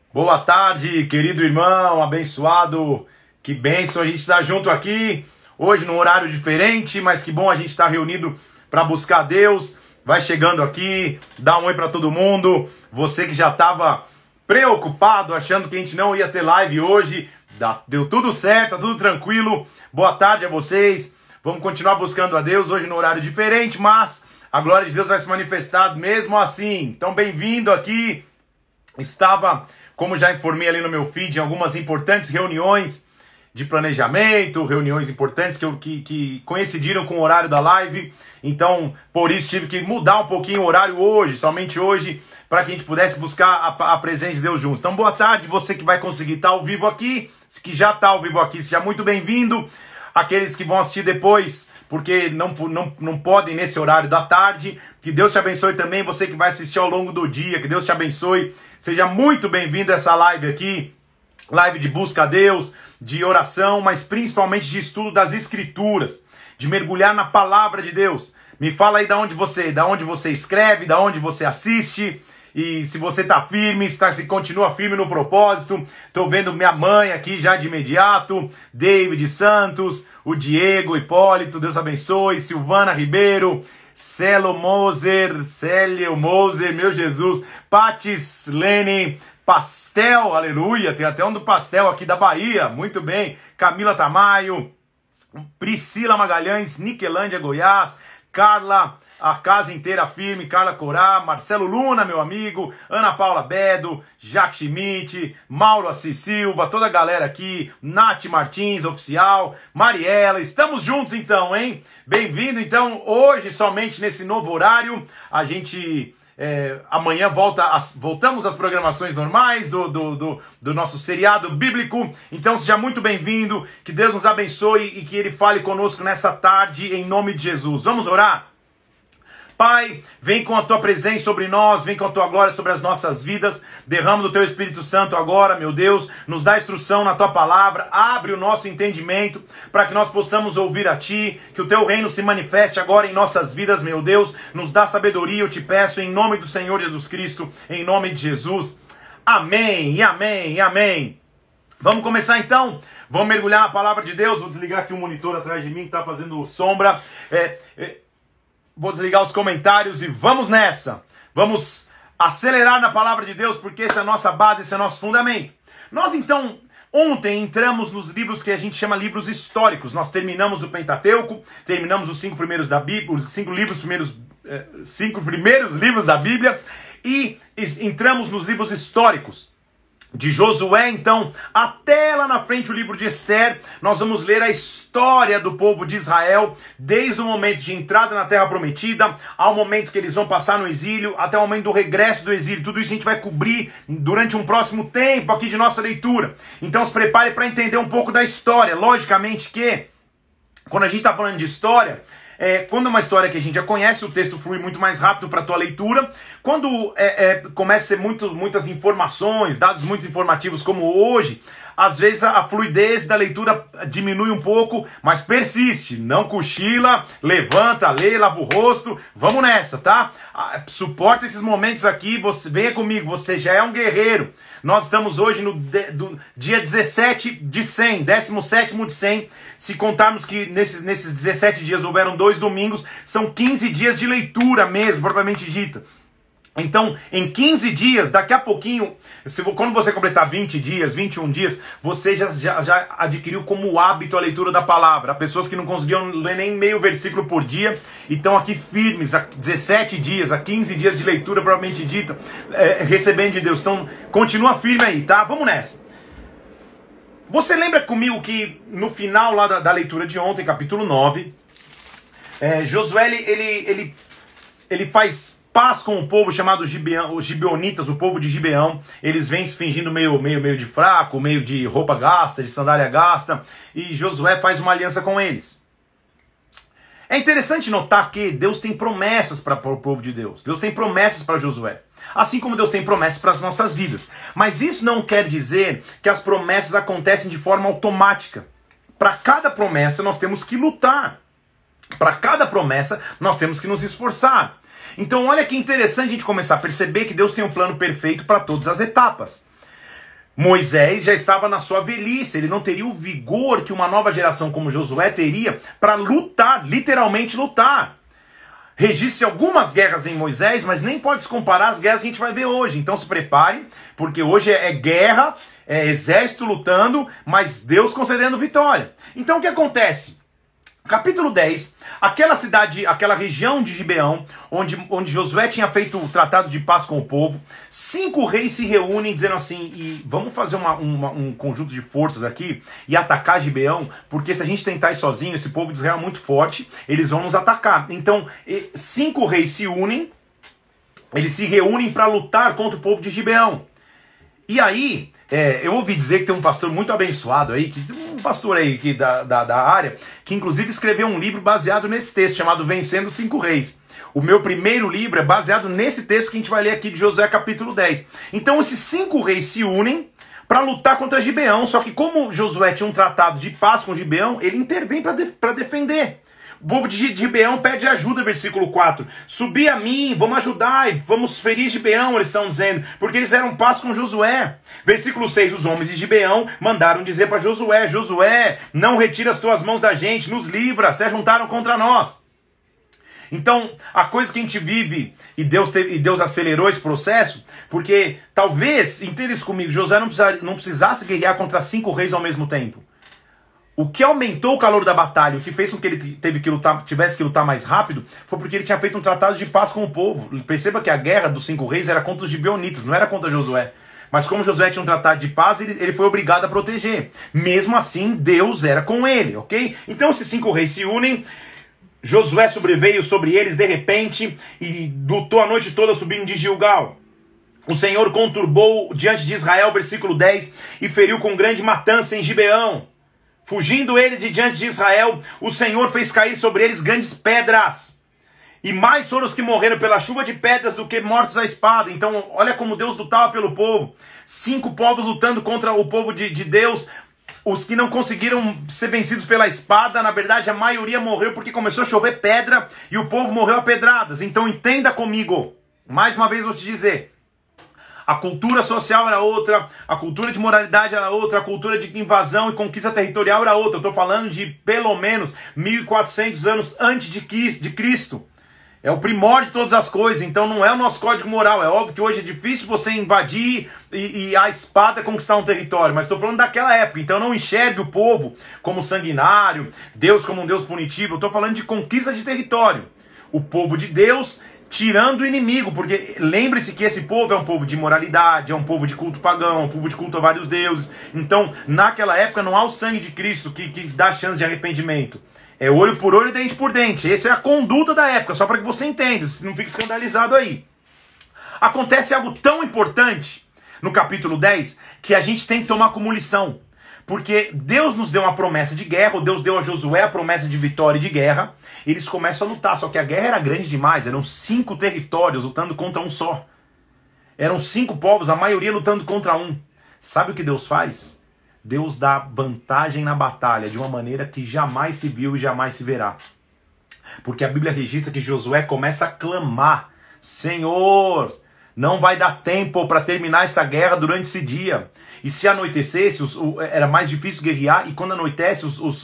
Boa tarde, querido irmão, abençoado. Que bênção a gente estar junto aqui, hoje num horário diferente, mas que bom a gente estar reunido para buscar Deus. Vai chegando aqui, dá um oi para todo mundo. Você que já estava preocupado, achando que a gente não ia ter live hoje, deu tudo certo, tá tudo tranquilo. Boa tarde a vocês. Vamos continuar buscando a Deus hoje num horário diferente, mas a glória de Deus vai se manifestar mesmo assim. Então, bem-vindo aqui. Estava, como já informei ali no meu feed, em algumas importantes reuniões de planejamento, reuniões importantes que coincidiram com o horário da live. Então, por isso tive que mudar um pouquinho o horário hoje, somente hoje, para que a gente pudesse buscar a presença de Deus juntos. Então, boa tarde, você que vai conseguir estar ao vivo aqui, que já está ao vivo aqui, seja muito bem-vindo. Aqueles que vão assistir depois, porque não podem nesse horário da tarde, que Deus te abençoe também, você que vai assistir ao longo do dia, que Deus te abençoe. Seja muito bem-vindo a essa live aqui, live de busca a Deus, de oração, mas principalmente de estudo das Escrituras, de mergulhar na palavra de Deus. Me fala aí da onde você escreve, da onde você assiste, e se você está firme, se continua firme no propósito. Estou vendo minha mãe aqui já de imediato, David Santos, o Diego Hipólito, Deus abençoe, Silvana Ribeiro, Célio Moser, meu Jesus, Patis Lene, Pastel, aleluia, tem até um do Pastel aqui da Bahia, muito bem, Camila Tamayo, Priscila Magalhães, Niquelândia, Goiás, Carla, a casa inteira firme, Carla Corá, Marcelo Luna, meu amigo, Ana Paula Bedo, Jacques Schmidt, Mauro Assis Silva, toda a galera aqui, Nath Martins, oficial, Mariela, estamos juntos então, hein? Bem-vindo então, hoje somente nesse novo horário, a gente... amanhã voltamos às programações normais do nosso seriado bíblico. Então seja muito bem-vindo, que Deus nos abençoe e que Ele fale conosco nessa tarde em nome de Jesus. Vamos orar? Pai, vem com a Tua presença sobre nós, vem com a Tua glória sobre as nossas vidas, derrama do Teu Espírito Santo agora, meu Deus, nos dá instrução na Tua palavra, abre o nosso entendimento para que nós possamos ouvir a Ti, que o Teu reino se manifeste agora em nossas vidas, meu Deus, nos dá sabedoria, eu te peço, em nome do Senhor Jesus Cristo, em nome de Jesus, amém, e amém, e amém. Vamos começar então? Vamos mergulhar na palavra de Deus. Vou desligar aqui o monitor atrás de mim que está fazendo sombra. Vou desligar os comentários e vamos nessa. Vamos acelerar na palavra de Deus, porque essa é a nossa base, esse é o nosso fundamento. Cinco entramos nos livros que a gente chama livros históricos. Nós terminamos o Pentateuco, terminamos os 5 primeiros da Bíblia, os 5 primeiros livros da Bíblia, e entramos nos livros históricos. De Josué, então, até lá na frente o livro de Esther, nós vamos ler a história do povo de Israel, desde o momento de entrada na Terra Prometida, ao momento que eles vão passar no exílio, até o momento do regresso do exílio. Tudo isso a gente vai cobrir durante um próximo tempo aqui de nossa leitura. Então se prepare para entender um pouco da história. Logicamente que, quando a gente está falando de história... quando é uma história que a gente já conhece, o texto flui muito mais rápido para a tua leitura. Quando começa a ser muitas informações, dados muito informativos como hoje, às vezes a fluidez da leitura diminui um pouco, mas persiste. Não cochila, levanta, lê, lava o rosto. Vamos nessa, tá? Suporta esses momentos aqui, venha comigo, você já é um guerreiro. Nós estamos hoje no dia 17 de 100, 17º de 100. Se contarmos que nesses 17 dias houveram 2 domingos, são 15 dias de leitura mesmo, propriamente dita. Então, em 15 dias, daqui a pouquinho, quando você completar 20 dias, 21 dias, você já adquiriu como hábito a leitura da palavra. Há pessoas que não conseguiam ler nem meio versículo por dia, e estão aqui firmes, há 17 dias, há 15 dias de leitura, propriamente dita, recebendo de Deus. Então, continua firme aí, tá? Vamos nessa. Você lembra comigo que no final lá da leitura de ontem, capítulo 9, Josué, ele faz paz com o povo chamado Gibeão, os gibeonitas, o povo de Gibeão. Eles vêm se fingindo meio de fraco, meio de roupa gasta, de sandália gasta, e Josué faz uma aliança com eles. É interessante notar que Deus tem promessas para o povo de Deus. Deus tem promessas para Josué. Assim como Deus tem promessas para as nossas vidas. Mas isso não quer dizer que as promessas acontecem de forma automática. Para cada promessa nós temos que lutar. Para cada promessa nós temos que nos esforçar. Então olha que interessante a gente começar a perceber que Deus tem um plano perfeito para todas as etapas. Moisés já estava na sua velhice, ele não teria o vigor que uma nova geração como Josué teria para lutar, literalmente lutar. Registre algumas guerras em Moisés, mas nem pode se comparar às guerras que a gente vai ver hoje. Então se prepare, porque hoje é guerra, é exército lutando, mas Deus concedendo vitória. Então o que acontece? Capítulo 10, aquela cidade, aquela região de Gibeão, onde Josué tinha feito o tratado de paz com o povo, 5 reis se reúnem dizendo assim, e vamos fazer um conjunto de forças aqui e atacar Gibeão, porque se a gente tentar ir sozinho, esse povo de Israel é muito forte, eles vão nos atacar. Então, 5 reis se unem, eles se reúnem para lutar contra o povo de Gibeão. E aí, eu ouvi dizer que tem um pastor muito abençoado aí, um pastor aí da área, que inclusive escreveu um livro baseado nesse texto, chamado Vencendo 5 Reis. O meu primeiro livro é baseado nesse texto que a gente vai ler aqui de Josué capítulo 10. Então esses 5 reis se unem para lutar contra Gibeão, só que como Josué tinha um tratado de paz com Gibeão, ele intervém para defender. O povo de Gibeão pede ajuda, versículo 4. Subi a mim, vamos ajudar, e vamos ferir Gibeão, eles estão dizendo, porque eles eram paz com Josué. Versículo 6, os homens de Gibeão mandaram dizer para Josué, Josué, não retira as tuas mãos da gente, nos livra, se juntaram contra nós. Então, a coisa que a gente vive, e Deus acelerou esse processo, porque talvez, entenda isso comigo, Josué não precisasse guerrear contra 5 reis ao mesmo tempo. O que aumentou o calor da batalha, o que fez com que ele tivesse que lutar mais rápido, foi porque ele tinha feito um tratado de paz com o povo. Perceba que a guerra dos 5 reis era contra os gibeonitas, não era contra Josué. Mas como Josué tinha um tratado de paz, ele foi obrigado a proteger. Mesmo assim, Deus era com ele, ok? Então esses 5 reis se unem, Josué sobreveio sobre eles de repente e lutou a noite toda subindo de Gilgal. O Senhor conturbou diante de Israel, versículo 10, e feriu com grande matança em Gibeão. Fugindo eles de diante de Israel, o Senhor fez cair sobre eles grandes pedras. E mais foram os que morreram pela chuva de pedras do que mortos à espada. Então, olha como Deus lutava pelo povo. 5 povos lutando contra o povo de Deus. Os que não conseguiram ser vencidos pela espada, na verdade, a maioria morreu porque começou a chover pedra e o povo morreu a pedradas. Então, entenda comigo. Mais uma vez vou te dizer. A cultura social era outra, a cultura de moralidade era outra, a cultura de invasão e conquista territorial era outra. Eu estou falando de pelo menos 1400 anos antes de Cristo. É o primórdio de todas as coisas, então não é o nosso código moral. É óbvio que hoje é difícil você invadir e a espada conquistar um território, mas estou falando daquela época. Então não enxergue o povo como sanguinário, Deus como um Deus punitivo. Eu estou falando de conquista de território. O povo de Deus tirando o inimigo, porque lembre-se que esse povo é um povo de imoralidade, é um povo de culto pagão, é um povo de culto a vários deuses. Então, naquela época não há o sangue de Cristo que dá chance de arrependimento. É olho por olho e dente por dente. Essa é a conduta da época, só para que você entenda, não fique escandalizado aí. Acontece algo tão importante no capítulo 10 que a gente tem que tomar como lição. Porque Deus nos deu uma promessa de guerra, ou Deus deu a Josué a promessa de vitória e de guerra, e eles começam a lutar, só que a guerra era grande demais, eram 5 territórios lutando contra um só. Eram 5 povos, a maioria lutando contra um. Sabe o que Deus faz? Deus dá vantagem na batalha, de uma maneira que jamais se viu e jamais se verá. Porque a Bíblia registra que Josué começa a clamar, Senhor, não vai dar tempo para terminar essa guerra durante esse dia. E se anoitecesse, era mais difícil guerrear, e quando anoitece,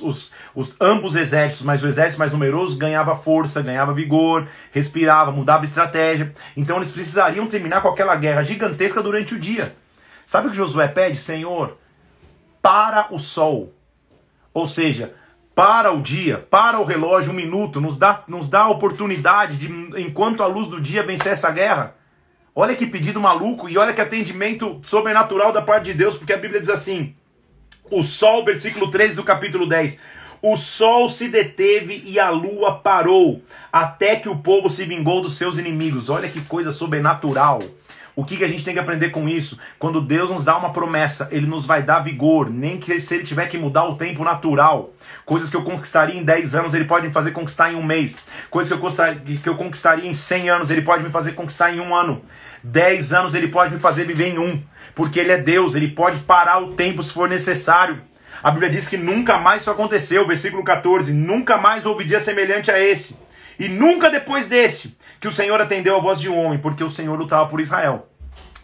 ambos exércitos, mas o exército mais numeroso ganhava força, ganhava vigor, respirava, mudava estratégia. Então eles precisariam terminar com aquela guerra gigantesca durante o dia. Sabe o que Josué pede? Senhor, para o sol. Ou seja, para o dia, para o relógio, 1 minuto, nos dá a oportunidade de, enquanto a luz do dia, vencer essa guerra. Olha que pedido maluco e olha que atendimento sobrenatural da parte de Deus, porque a Bíblia diz assim, o sol, versículo 13 do capítulo 10, o sol se deteve e a lua parou, até que o povo se vingou dos seus inimigos. Olha que coisa sobrenatural. O que a gente tem que aprender com isso? Quando Deus nos dá uma promessa, Ele nos vai dar vigor, nem que se Ele tiver que mudar o tempo natural. Coisas que eu conquistaria em 10 anos, Ele pode me fazer conquistar em 1 mês. Coisas que eu conquistaria em 100 anos, Ele pode me fazer conquistar em 1 ano. 10 anos Ele pode me fazer viver em 1. Porque Ele é Deus, Ele pode parar o tempo se for necessário. A Bíblia diz que nunca mais isso aconteceu, versículo 14, nunca mais houve dia semelhante a esse. E nunca depois desse, que o Senhor atendeu a voz de um homem, porque o Senhor lutava por Israel.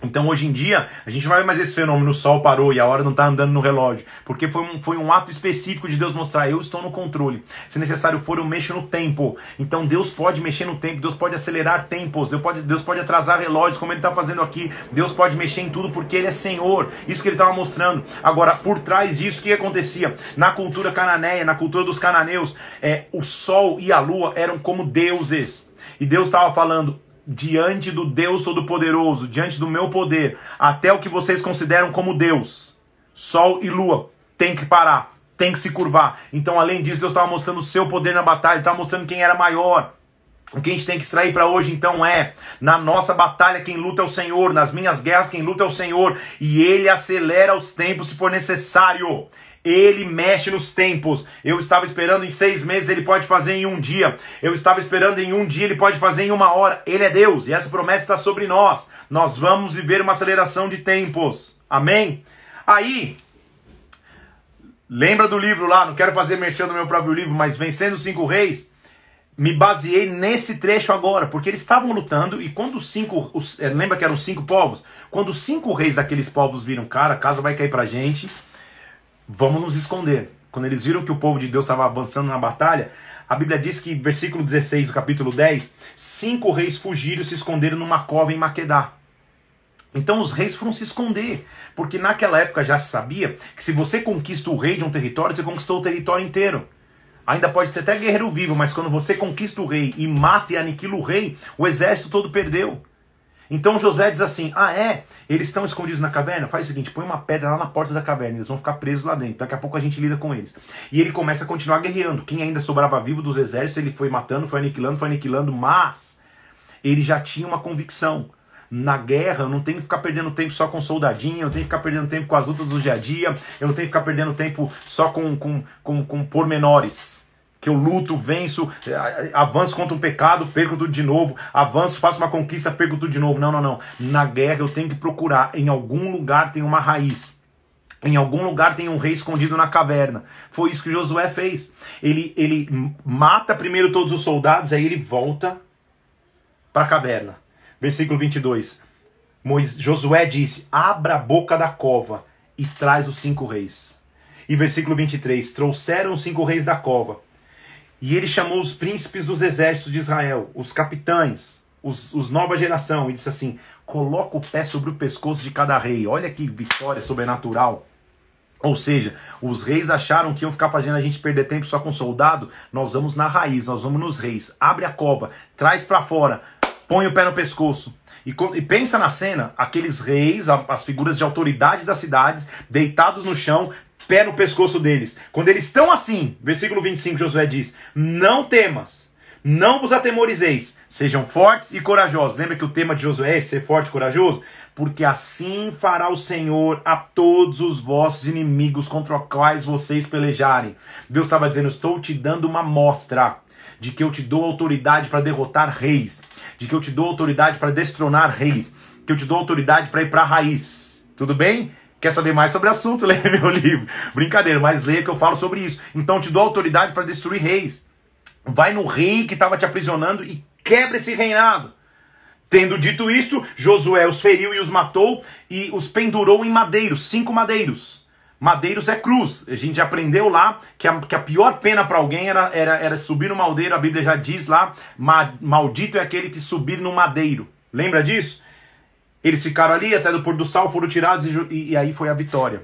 Então hoje em dia, a gente não vai mais esse fenômeno, o sol parou e a hora não está andando no relógio. Porque foi um ato específico de Deus mostrar, eu estou no controle. Se necessário for, eu mexo no tempo. Então Deus pode mexer no tempo, Deus pode acelerar tempos, Deus pode atrasar relógios, como Ele está fazendo aqui. Deus pode mexer em tudo porque Ele é Senhor. Isso que Ele estava mostrando. Agora, por trás disso, o que acontecia? Na cultura cananeia, na cultura dos cananeus, o sol e a lua eram como deuses. E Deus estava falando, diante do Deus Todo-Poderoso, diante do meu poder, até o que vocês consideram como Deus, sol e lua, tem que parar, tem que se curvar. Então, além disso, Deus estava mostrando o seu poder na batalha, estava mostrando quem era maior. O que a gente tem que extrair para hoje, então, na nossa batalha, quem luta é o Senhor, nas minhas guerras, quem luta é o Senhor, e Ele acelera os tempos se for necessário. Ele mexe nos tempos. Eu estava esperando em 6 meses, Ele pode fazer em 1 dia. Eu estava esperando em 1 dia, Ele pode fazer em 1 hora. Ele é Deus, e essa promessa está sobre nós. Nós vamos viver uma aceleração de tempos. Amém? Aí, lembra do livro lá, não quero fazer merchan do meu próprio livro, mas Vencendo os 5 Reis, me baseei nesse trecho agora, porque eles estavam lutando, e quando lembra que eram 5 povos? Quando os 5 reis daqueles povos viram, cara, a casa vai cair pra gente, vamos nos esconder. Quando eles viram que o povo de Deus estava avançando na batalha, a Bíblia diz que, versículo 16 do capítulo 10, 5 reis fugiram e se esconderam numa cova em Maquedá. Então os reis foram se esconder, porque naquela época já se sabia que se você conquista o rei de um território, você conquistou o território inteiro. Ainda pode ter até guerreiro vivo, mas quando você conquista o rei e mata e aniquila o rei, o exército todo perdeu. Então Josué diz assim, eles estão escondidos na caverna? Faz o seguinte, põe uma pedra lá na porta da caverna, eles vão ficar presos lá dentro, daqui a pouco a gente lida com eles. E ele começa a continuar guerreando, quem ainda sobrava vivo dos exércitos, ele foi matando, foi aniquilando, mas ele já tinha uma convicção. Na guerra, eu não tenho que ficar perdendo tempo só com soldadinho, eu tenho que ficar perdendo tempo com as lutas do dia a dia, eu não tenho que ficar perdendo tempo só com pormenores. Que eu luto, venço, avanço contra um pecado, perco tudo de novo, avanço, faço uma conquista, perco tudo de novo. Não. Na guerra eu tenho que procurar, em algum lugar tem uma raiz. Em algum lugar tem um rei escondido na caverna. Foi isso que Josué fez. Ele mata primeiro todos os soldados, aí ele volta para a caverna. Versículo 22. Josué disse, abra a boca da cova e traz os 5 reis. E versículo 23. Trouxeram os 5 reis da cova. E ele chamou os príncipes dos exércitos de Israel, os capitães, os nova geração, e disse assim, coloca o pé sobre o pescoço de cada rei. Olha que vitória sobrenatural. Ou seja, os reis acharam que iam ficar fazendo a gente perder tempo só com soldado. Nós vamos na raiz, nós vamos nos reis. Abre a cova, traz para fora, põe o pé no pescoço. E pensa na cena, aqueles reis, as figuras de autoridade das cidades, deitados no chão, pé no pescoço deles. Quando eles estão assim, versículo 25, Josué diz, não temas, não vos atemorizeis, sejam fortes e corajosos. Lembra que o tema de Josué é ser forte e corajoso? Porque assim fará o Senhor a todos os vossos inimigos contra os quais vocês pelejarem. Deus estava dizendo, estou te dando uma mostra de que eu te dou autoridade para derrotar reis, de que eu te dou autoridade para destronar reis, que eu te dou autoridade para ir para a raiz. Tudo bem? Quer saber mais sobre o assunto? Leia meu livro. Brincadeira, mas leia que eu falo sobre isso. Então eu te dou autoridade para destruir reis. Vai no rei que estava te aprisionando e quebra esse reinado. Tendo dito isto, Josué os feriu e os matou e os pendurou em madeiros, 5 madeiros. Madeiros é cruz. A gente já aprendeu lá que a pior pena para alguém era subir no madeiro. A Bíblia já diz lá, maldito é aquele que subir no madeiro. Lembra disso? Eles ficaram ali até do pôr do sol, foram tirados e aí foi a vitória.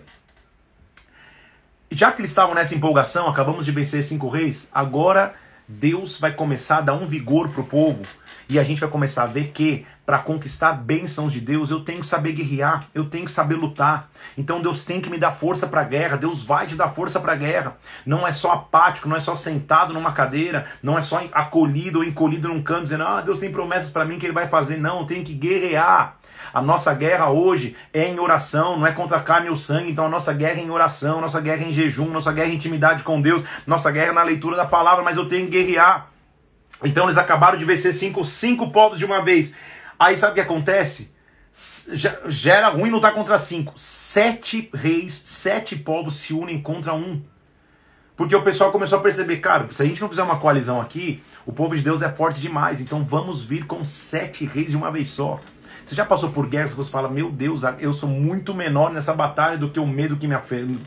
E já que eles estavam nessa empolgação, acabamos de vencer 5 reis, agora Deus vai começar a dar um vigor para o povo. E a gente vai começar a ver que para conquistar bênçãos de Deus, eu tenho que saber guerrear, eu tenho que saber lutar. Então Deus tem que me dar força para a guerra, Deus vai te dar força para a guerra. Não é só apático, não é só sentado numa cadeira, não é só acolhido ou encolhido num canto, dizendo, Deus tem promessas para mim que Ele vai fazer. Não, eu tenho que guerrear. A nossa guerra hoje é em oração, não é contra a carne ou sangue. Então a nossa guerra é em oração, nossa guerra é em jejum, nossa guerra é em intimidade com Deus, nossa guerra é na leitura da palavra, mas eu tenho que guerrear. Então eles acabaram de vencer 5 povos de uma vez. Aí sabe o que acontece? Já era ruim lutar contra 5. 7 reis, 7 povos se unem contra um. Porque o pessoal começou a perceber, cara, se a gente não fizer uma coalizão aqui, o povo de Deus é forte demais. Então vamos vir com 7 reis de uma vez só. Você já passou por guerras que você fala, meu Deus, eu sou muito menor nessa batalha do que o medo que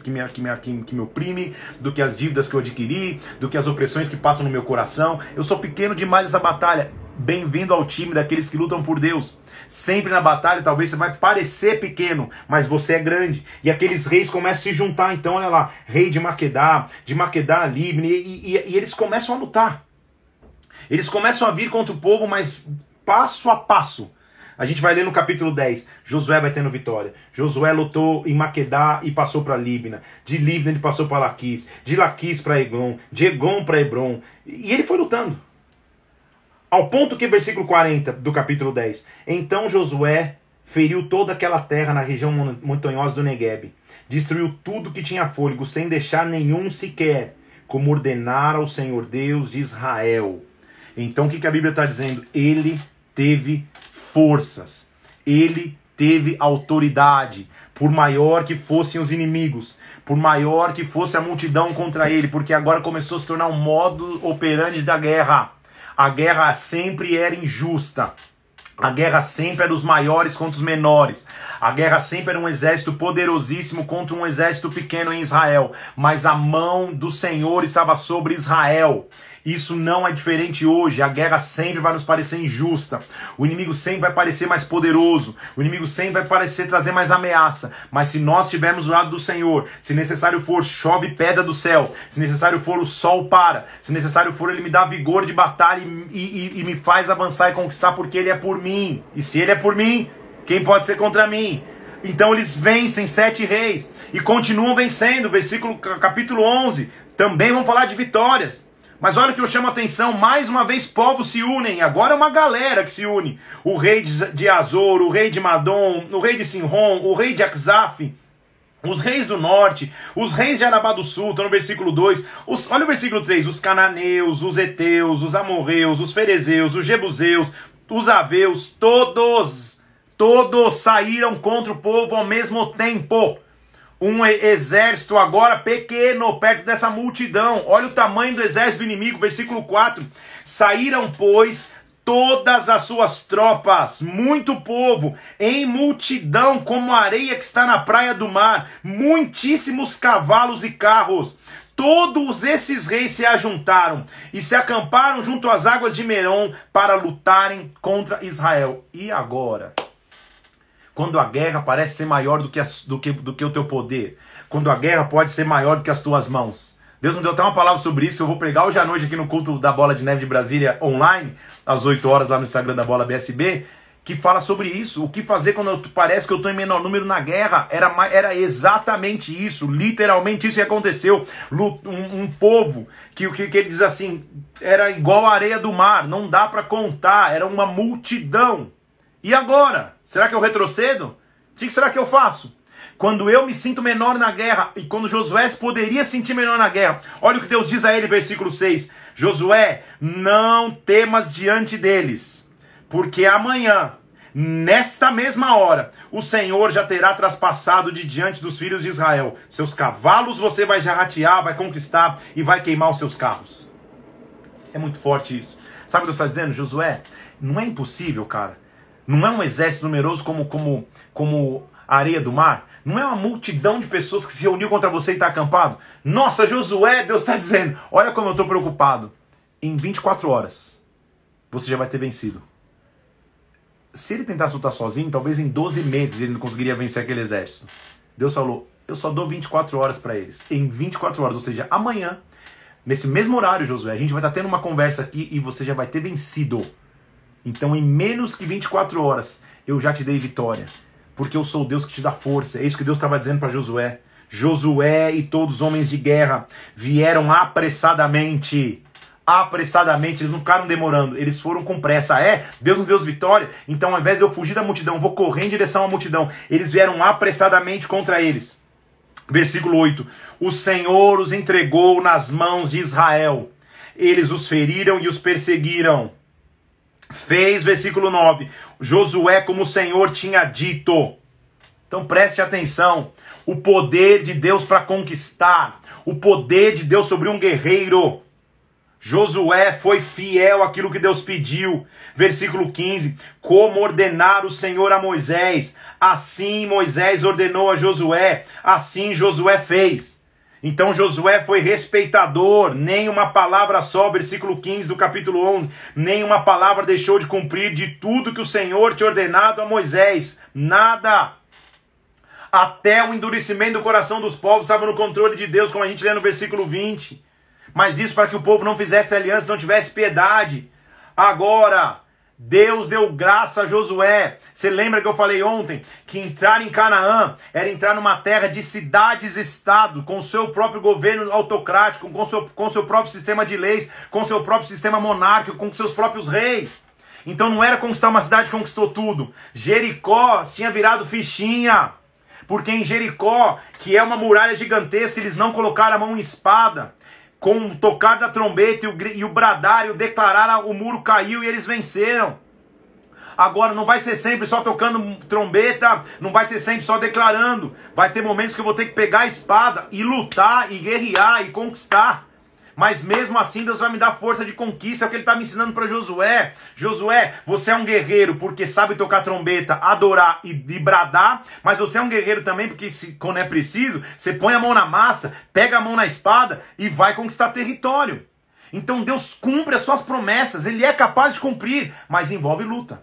me oprime, do que as dívidas que eu adquiri, do que as opressões que passam no meu coração. Eu sou pequeno demais nessa batalha. Bem-vindo ao time daqueles que lutam por Deus. Sempre na batalha, talvez você vai parecer pequeno, mas você é grande. E aqueles reis começam a se juntar. Então, olha lá, rei de Maquedá, Libne, e eles começam a lutar. Eles começam a vir contra o povo, mas passo a passo. A gente vai ler no capítulo 10. Josué vai tendo vitória. Josué lutou em Maquedá e passou para Libna. De Libna ele passou para Laquis. De Laquis para Eglon. De Eglon para Hebron. E ele foi lutando. Ao ponto que, versículo 40 do capítulo 10. Então Josué feriu toda aquela terra na região montanhosa do Neguebe. Destruiu tudo que tinha fôlego, sem deixar nenhum sequer, como ordenara o Senhor Deus de Israel. Então o que a Bíblia está dizendo? Ele teve forças. Ele teve autoridade. Por maior que fossem os inimigos, por maior que fosse a multidão contra ele, porque agora começou a se tornar um modo operandi da guerra. A guerra sempre era injusta. A guerra sempre era os maiores contra os menores. A guerra sempre era um exército poderosíssimo contra um exército pequeno em Israel. Mas a mão do Senhor estava sobre Israel. Isso não é diferente hoje. A guerra sempre vai nos parecer injusta. O inimigo sempre vai parecer mais poderoso. O inimigo sempre vai parecer trazer mais ameaça. Mas se nós estivermos do lado do Senhor, se necessário for, chove pedra do céu. Se necessário for, o sol para. Se necessário for, ele me dá vigor de batalha e me faz avançar e conquistar, porque ele é por mim. E se ele é por mim, quem pode ser contra mim? Então eles vencem 7 reis e continuam vencendo. Capítulo 11. Também vão falar de vitórias. Mas olha o que eu chamo a atenção, mais uma vez povos se unem, agora é uma galera que se une. O rei de Azor, o rei de Madom, o rei de Sinron, o rei de Aczaf, os reis do norte, os reis de Arabá do sul, estão no versículo 2. Olha o versículo 3, os cananeus, os heteus, os amorreus, os ferezeus, os jebuseus, os aveus, todos saíram contra o povo ao mesmo tempo. Um exército agora pequeno, perto dessa multidão. Olha o tamanho do exército do inimigo, versículo 4. Saíram, pois, todas as suas tropas, muito povo, em multidão, como a areia que está na praia do mar, muitíssimos cavalos e carros. Todos esses reis se ajuntaram e se acamparam junto às águas de Merom para lutarem contra Israel. E agora? Quando a guerra parece ser maior do que o teu poder. Quando a guerra pode ser maior do que as tuas mãos. Deus me deu até uma palavra sobre isso. Eu vou pregar hoje à noite aqui no culto da Bola de Neve de Brasília online, às 8 horas lá no Instagram da Bola BSB, que fala sobre isso. O que fazer quando parece que eu estou em menor número na guerra. Era exatamente isso, literalmente isso que aconteceu. Um povo que ele diz assim, era igual a areia do mar, não dá para contar, era uma multidão. E agora? Será que eu retrocedo? O que será que eu faço? Quando eu me sinto menor na guerra, e quando Josué poderia sentir menor na guerra, olha o que Deus diz a ele, versículo 6. Josué, não temas diante deles, porque amanhã, nesta mesma hora, o Senhor já terá traspassado de diante dos filhos de Israel. Seus cavalos você vai jarratear, vai conquistar e vai queimar os seus carros. É muito forte isso. Sabe o que Deus está dizendo, Josué? Não é impossível, cara. Não é um exército numeroso como a areia do mar? Não é uma multidão de pessoas que se reuniu contra você e está acampado? Nossa, Josué, Deus está dizendo, olha como eu estou preocupado. Em 24 horas, você já vai ter vencido. Se ele tentasse lutar sozinho, talvez em 12 meses ele não conseguiria vencer aquele exército. Deus falou, eu só dou 24 horas para eles. Em 24 horas, ou seja, amanhã, nesse mesmo horário, Josué, a gente vai estar tendo uma conversa aqui e você já vai ter vencido. Então, em menos que 24 horas, eu já te dei vitória. Porque eu sou o Deus que te dá força. É isso que Deus estava dizendo para Josué. Josué e todos os homens de guerra vieram apressadamente. Apressadamente, eles não ficaram demorando. Eles foram com pressa. Deus nos deu vitória. Então, ao invés de eu fugir da multidão, eu vou correr em direção à multidão. Eles vieram apressadamente contra eles. Versículo 8. O Senhor os entregou nas mãos de Israel. Eles os feriram e os perseguiram. Fez, versículo 9, Josué como o Senhor tinha dito. Então preste atenção, o poder de Deus para conquistar, o poder de Deus sobre um guerreiro. Josué foi fiel àquilo que Deus pediu. Versículo 15. Como ordenara o Senhor a Moisés, assim Moisés ordenou a Josué, assim Josué fez. Então Josué foi respeitador, nem uma palavra só, versículo 15 do capítulo 11, nem uma palavra deixou de cumprir de tudo que o Senhor tinha ordenado a Moisés. Nada. Até o endurecimento do coração dos povos estava no controle de Deus, como a gente lê no versículo 20. Mas isso para que o povo não fizesse aliança, não tivesse piedade. Agora, Deus deu graça a Josué. Você lembra que eu falei ontem que entrar em Canaã era entrar numa terra de cidades-estado, com seu próprio governo autocrático, com seu próprio sistema de leis, com seu próprio sistema monárquico, com seus próprios reis. Então não era conquistar uma cidade que conquistou tudo. Jericó tinha virado fichinha. Porque em Jericó, que é uma muralha gigantesca, eles não colocaram a mão em espada. Com o tocar da trombeta e o bradar e o declarar, o muro caiu e eles venceram. Agora não vai ser sempre só tocando trombeta, não vai ser sempre só declarando. Vai ter momentos que eu vou ter que pegar a espada e lutar e guerrear e conquistar. Mas mesmo assim Deus vai me dar força de conquista, é o que ele está me ensinando para Josué. Josué, você é um guerreiro porque sabe tocar trombeta, adorar e bradar, mas você é um guerreiro também porque quando é preciso, você põe a mão na massa, pega a mão na espada e vai conquistar território. Então Deus cumpre as suas promessas, Ele é capaz de cumprir, mas envolve luta.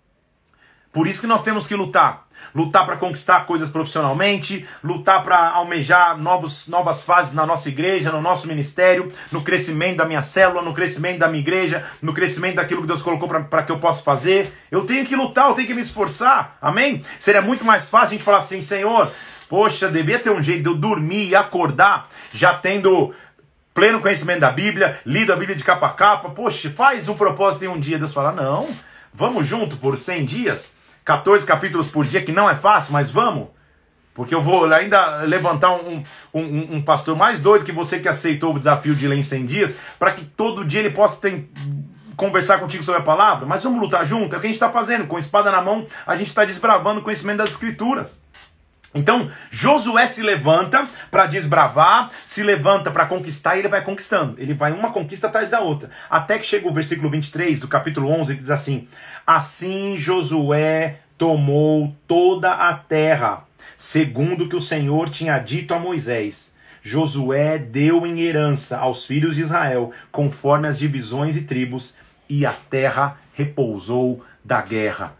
Por isso que nós temos que lutar. Lutar para conquistar coisas profissionalmente, lutar para almejar novas fases na nossa igreja, no nosso ministério, no crescimento da minha célula, no crescimento da minha igreja, no crescimento daquilo que Deus colocou para que eu possa fazer. Eu tenho que lutar, eu tenho que me esforçar, amém? Seria muito mais fácil a gente falar assim, Senhor, poxa, devia ter um jeito de eu dormir e acordar já tendo pleno conhecimento da Bíblia, lido a Bíblia de capa a capa, poxa, faz um propósito em um dia. Deus fala, não, vamos junto por 100 dias, 14 capítulos por dia, que não é fácil, mas vamos. Porque eu vou ainda levantar um pastor mais doido que você que aceitou o desafio de ler em 100 dias, para que todo dia ele possa conversar contigo sobre a palavra. Mas vamos lutar junto, é o que a gente está fazendo. Com espada na mão, a gente está desbravando o conhecimento das Escrituras. Então, Josué se levanta para desbravar, se levanta para conquistar e ele vai conquistando. Ele vai uma conquista atrás da outra. Até que chega o versículo 23 do capítulo 11, que diz assim: assim Josué tomou toda a terra, segundo o que o Senhor tinha dito a Moisés. Josué deu em herança aos filhos de Israel, conforme as divisões e tribos, e a terra repousou da guerra.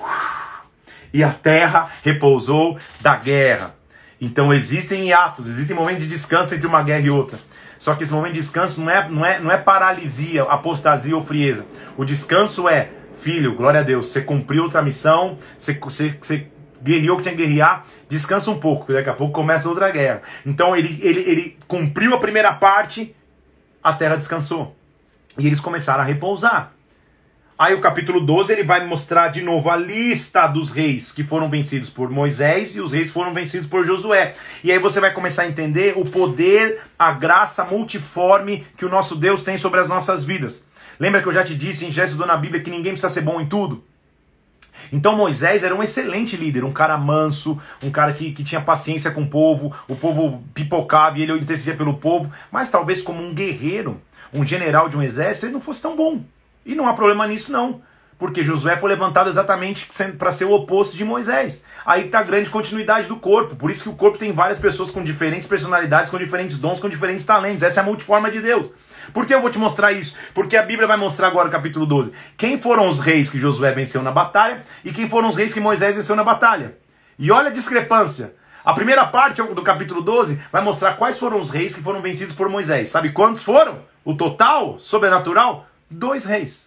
E a terra repousou da guerra. Então existem hiatos, existem momentos de descanso entre uma guerra e outra. Só que esse momento de descanso não é paralisia, apostasia ou frieza. O descanso é, filho, glória a Deus, você cumpriu outra missão, você guerreou o que tinha que guerrear, descansa um pouco, porque daqui a pouco começa outra guerra. Então ele cumpriu a primeira parte, a terra descansou. E eles começaram a repousar. Aí o capítulo 12 ele vai mostrar de novo a lista dos reis que foram vencidos por Moisés e os reis foram vencidos por Josué. E aí você vai começar a entender o poder, a graça multiforme que o nosso Deus tem sobre as nossas vidas. Lembra que eu já te disse, já estudou na Bíblia, que ninguém precisa ser bom em tudo? Então Moisés era um excelente líder, um cara manso, um cara que tinha paciência com o povo pipocava e ele intercedia pelo povo, mas talvez como um guerreiro, um general de um exército, ele não fosse tão bom. E não há problema nisso não, porque Josué foi levantado exatamente para ser o oposto de Moisés. Aí está a grande continuidade do corpo, por isso que o corpo tem várias pessoas com diferentes personalidades, com diferentes dons, com diferentes talentos. Essa é a multiforma de Deus. Por que eu vou te mostrar isso? Porque a Bíblia vai mostrar agora no capítulo 12 quem foram os reis que Josué venceu na batalha e quem foram os reis que Moisés venceu na batalha. E olha a discrepância. A primeira parte do capítulo 12 vai mostrar quais foram os reis que foram vencidos por Moisés. Sabe quantos foram? O total, sobrenatural? 2 reis.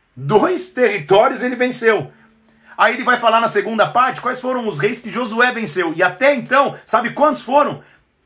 2 territórios ele venceu. Aí ele vai falar na segunda parte quais foram os reis que Josué venceu. E até então, sabe quantos foram?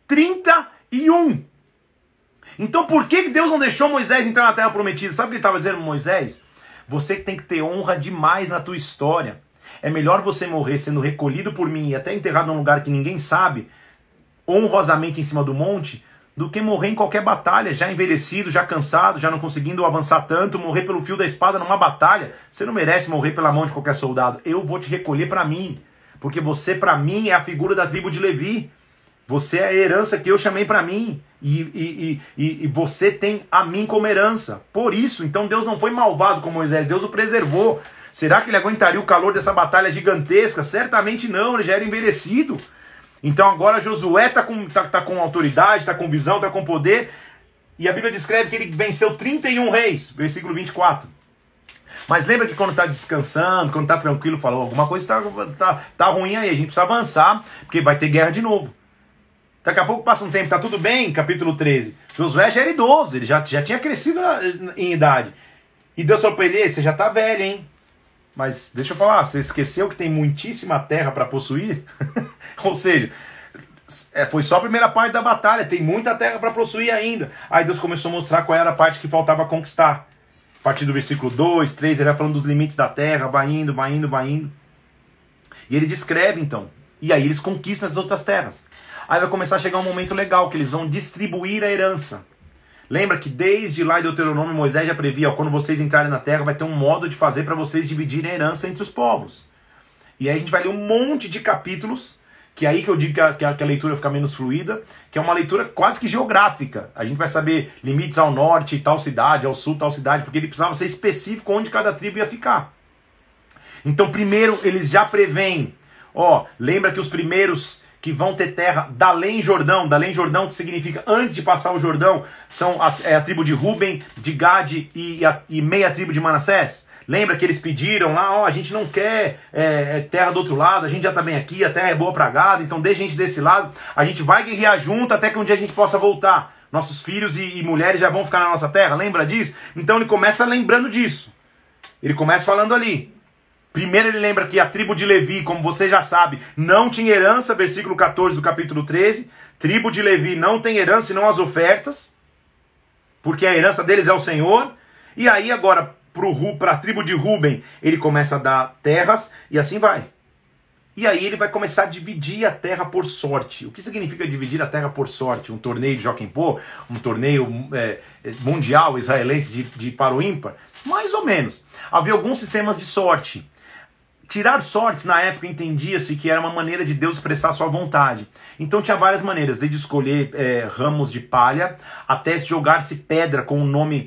31. Então por que Deus não deixou Moisés entrar na terra prometida? Sabe o que ele estava dizendo, Moisés? Você tem que ter honra demais na tua história. É melhor você morrer sendo recolhido por mim e até enterrado num lugar que ninguém sabe, honrosamente em cima do monte, do que morrer em qualquer batalha, já envelhecido, já cansado, já não conseguindo avançar tanto, morrer pelo fio da espada numa batalha. Você não merece morrer pela mão de qualquer soldado. Eu vou te recolher para mim, porque você para mim é a figura da tribo de Levi. Você é a herança que eu chamei para mim. E você tem a mim como herança. Por isso, então Deus não foi malvado com Moisés, Deus o preservou. Será que ele aguentaria o calor dessa batalha gigantesca? Certamente não, ele já era envelhecido. Então agora Josué tá com autoridade, está com visão, está com poder. E a Bíblia descreve que ele venceu 31 reis, versículo 24. Mas lembra que quando está descansando, quando está tranquilo, falou, alguma coisa tá ruim aí, a gente precisa avançar, porque vai ter guerra de novo. Daqui a pouco passa um tempo, tá tudo bem, capítulo 13. Josué já era idoso, ele já tinha crescido em idade. E Deus falou para ele, você já tá velho, hein? Mas deixa eu falar, você esqueceu que tem muitíssima terra para possuir? Ou seja, foi só a primeira parte da batalha, tem muita terra para possuir ainda. Aí Deus começou a mostrar qual era a parte que faltava conquistar. A partir do versículo 2, 3, ele vai falando dos limites da terra, vai indo. E ele descreve então. E aí eles conquistam as outras terras. Aí vai começar a chegar um momento legal, que eles vão distribuir a herança. Lembra que desde lá em Deuteronômio, Moisés já previa, quando vocês entrarem na terra, vai ter um modo de fazer para vocês dividirem a herança entre os povos. E aí a gente vai ler um monte de capítulos, que é aí que eu digo que a leitura fica menos fluida, que é uma leitura quase que geográfica. A gente vai saber limites ao norte, tal cidade, ao sul, tal cidade, porque ele precisava ser específico onde cada tribo ia ficar. Então primeiro eles já preveem, lembra que os primeiros que vão ter terra da além Jordão, que significa antes de passar o Jordão, são a tribo de Ruben, de Gade e meia tribo de Manassés. Lembra que eles pediram lá, a gente não quer terra do outro lado, a gente já está bem aqui, a terra é boa para gado, então deixa a gente desse lado, a gente vai guerrear junto até que um dia a gente possa voltar. Nossos filhos e mulheres já vão ficar na nossa terra, lembra disso? Então ele começa lembrando disso. Ele começa falando ali. Primeiro ele lembra que a tribo de Levi, como você já sabe, não tinha herança, versículo 14 do capítulo 13. Tribo de Levi não tem herança senão as ofertas, porque a herança deles é o Senhor. E aí agora, para a tribo de Ruben, ele começa a dar terras e assim vai. E aí ele vai começar a dividir a terra por sorte. O que significa dividir a terra por sorte? Um torneio de Jockey Pô? Um torneio mundial israelense de par ou ímpar? Mais ou menos. Havia alguns sistemas de sorte. Tirar sortes, na época, entendia-se que era uma maneira de Deus expressar sua vontade. Então tinha várias maneiras, desde escolher ramos de palha, até jogar-se pedra com o nome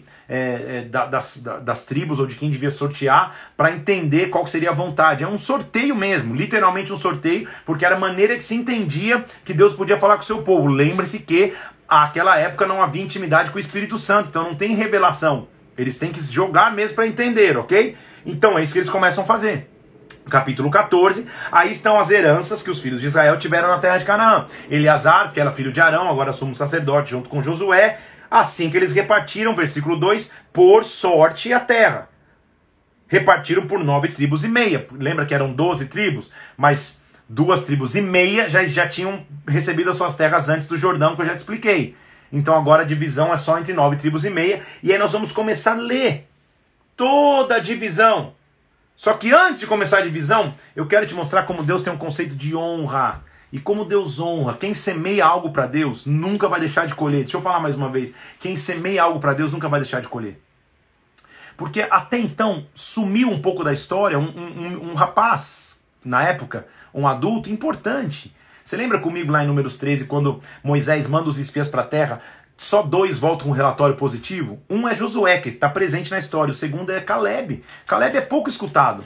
das tribos ou de quem devia sortear, para entender qual seria a vontade. É um sorteio mesmo, literalmente um sorteio, porque era a maneira que se entendia que Deus podia falar com o seu povo. Lembre-se que naquela época não havia intimidade com o Espírito Santo, então não tem revelação. Eles têm que jogar mesmo para entender, ok? Então é isso que eles começam a fazer. Capítulo 14, aí estão as heranças que os filhos de Israel tiveram na terra de Canaã. Eleazar, que era filho de Arão, agora sumo sacerdote, junto com Josué, assim que eles repartiram, versículo 2, por sorte a terra. Repartiram por 9 tribos e meia. Lembra que eram 12 tribos? Mas 2 tribos e meia já tinham recebido as suas terras antes do Jordão, que eu já te expliquei. Então agora a divisão é só entre 9 tribos e meia. E aí nós vamos começar a ler toda a divisão. Só que antes de começar a divisão, eu quero te mostrar como Deus tem um conceito de honra. E como Deus honra. Quem semeia algo para Deus nunca vai deixar de colher. Deixa eu falar mais uma vez. Quem semeia algo para Deus nunca vai deixar de colher. Porque até então sumiu um pouco da história um rapaz, na época, um adulto importante. Você lembra comigo lá em Números 13, quando Moisés manda os espias para a terra? Só 2 voltam com um relatório positivo. Um é Josué, que está presente na história. O segundo é Caleb. Caleb é pouco escutado.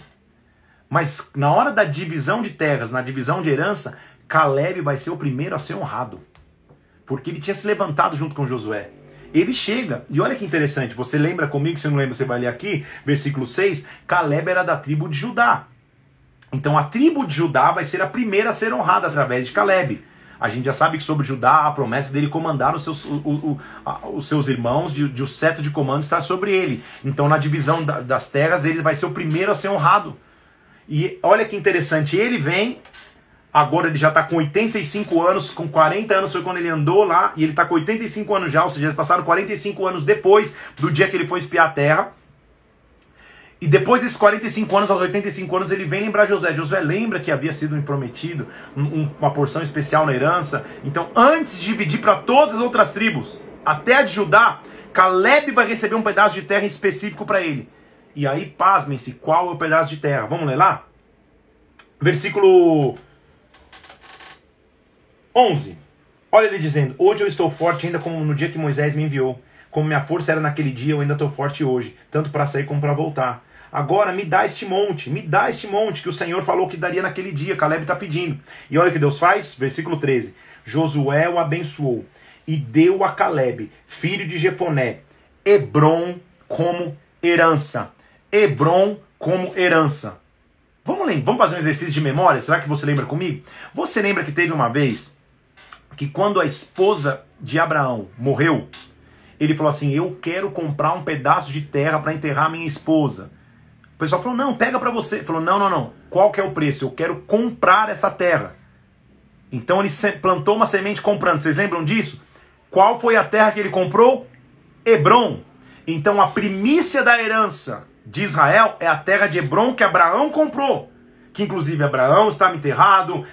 Mas na hora da divisão de terras, na divisão de herança, Caleb vai ser o primeiro a ser honrado. Porque ele tinha se levantado junto com Josué. Ele chega, e olha que interessante, você lembra comigo, se não lembra, você vai ler aqui, versículo 6, Caleb era da tribo de Judá. Então a tribo de Judá vai ser a primeira a ser honrada através de Caleb. A gente já sabe que sobre Judá a promessa dele comandar os seus irmãos, de o cetro de comando estar sobre ele. Então na divisão das terras ele vai ser o primeiro a ser honrado. E olha que interessante, ele vem, agora ele já está com 85 anos, com 40 anos foi quando ele andou lá, e ele está com 85 anos já, ou seja, passaram 45 anos depois do dia que ele foi espiar a terra. E depois desses 45 anos, aos 85 anos, ele vem lembrar Josué. Josué lembra que havia sido prometido uma porção especial na herança. Então, antes de dividir para todas as outras tribos, até a de Judá, Caleb vai receber um pedaço de terra específico para ele. E aí, pasmem-se, qual é o pedaço de terra? Vamos ler lá? Versículo 11. Olha ele dizendo, hoje eu estou forte ainda como no dia que Moisés me enviou. Como minha força era naquele dia, eu ainda estou forte hoje, tanto para sair como para voltar. Agora me dá este monte que o Senhor falou que daria naquele dia, Caleb está pedindo. E olha o que Deus faz, versículo 13. Josué o abençoou e deu a Caleb, filho de Jefoné, Hebrom como herança. Hebrom como herança. Vamos fazer um exercício de memória? Será que você lembra comigo? Você lembra que teve uma vez que quando a esposa de Abraão morreu, ele falou assim, eu quero comprar um pedaço de terra para enterrar minha esposa. O pessoal falou, não, pega para você. Ele falou, não. Qual que é o preço? Eu quero comprar essa terra. Então ele plantou uma semente comprando. Vocês lembram disso? Qual foi a terra que ele comprou? Hebrom. Então a primícia da herança de Israel é a terra de Hebrom que Abraão comprou. Que inclusive Abraão estava enterrado,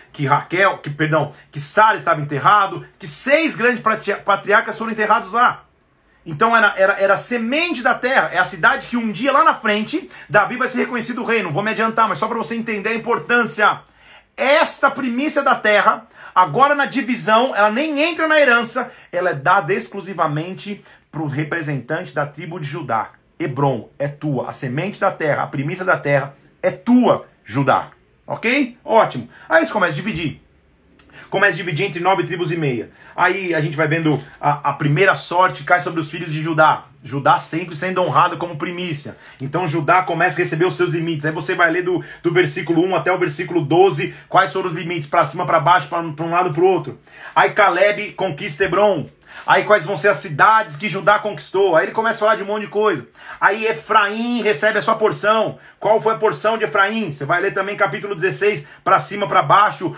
que Sara estava enterrado, que 6 grandes patriarcas foram enterrados lá. Então era a semente da terra, é a cidade que um dia lá na frente, Davi vai ser reconhecido o rei. Não vou me adiantar, mas só para você entender a importância. Esta primícia da terra, agora na divisão, ela nem entra na herança, ela é dada exclusivamente para o representante da tribo de Judá. Hebrom é tua, a semente da terra, a primícia da terra é tua, Judá. Ok? Ótimo. Aí eles começam a dividir. Começa a dividir entre 9 tribos e meia. Aí a gente vai vendo a primeira sorte cai sobre os filhos de Judá. Judá sempre sendo honrado como primícia. Então Judá começa a receber os seus limites. Aí você vai ler do versículo 1 até o versículo 12, quais foram os limites, para cima, para baixo, para um lado, para o outro. Aí Caleb conquista Hebrom. Aí quais vão ser as cidades que Judá conquistou. Aí ele começa a falar de um monte de coisa. Aí Efraim recebe a sua porção. Qual foi a porção de Efraim? Você vai ler também capítulo 16, para cima, para baixo,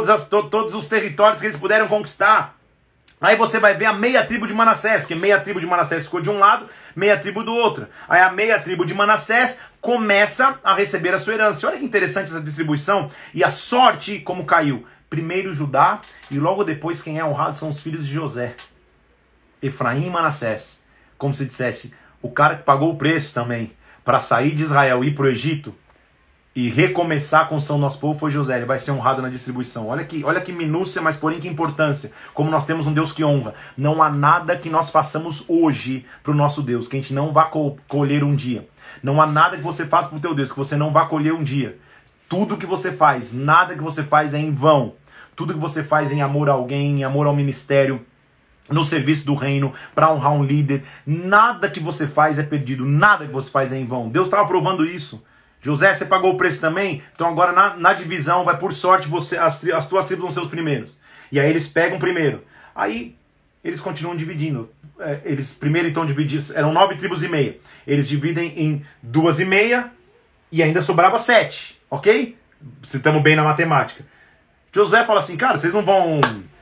todos os territórios que eles puderam conquistar. Aí você vai ver a meia tribo de Manassés, porque meia tribo de Manassés ficou de um lado, meia tribo do outro. Aí a meia tribo de Manassés começa a receber a sua herança. Olha que interessante essa distribuição e a sorte como caiu. Primeiro Judá e logo depois quem é honrado são os filhos de José. Efraim e Manassés. Como se dissesse, o cara que pagou o preço também para sair de Israel e ir para o Egito e recomeçar a construção do nosso povo foi José. Ele vai ser honrado na distribuição. Olha que minúcia, mas porém que importância. Como nós temos um Deus que honra. Não há nada que nós façamos hoje para o nosso Deus que a gente não vá colher um dia. Não há nada que você faça para o teu Deus que você não vá colher um dia. Tudo que você faz, nada que você faz é em vão. Tudo que você faz em amor a alguém, em amor ao ministério, no serviço do reino, para honrar um líder, nada que você faz é perdido, nada que você faz é em vão. Deus estava provando isso. José, você pagou o preço também? Então agora na divisão, vai por sorte, as tuas tribos vão ser os primeiros. E aí eles pegam primeiro. Aí eles continuam dividindo. Eles primeiro então dividiram, eram 9 tribos e meia. Eles dividem em 2 e meia e ainda sobrava 7. Ok? Se estamos bem na matemática. Josué fala assim, cara, vocês não vão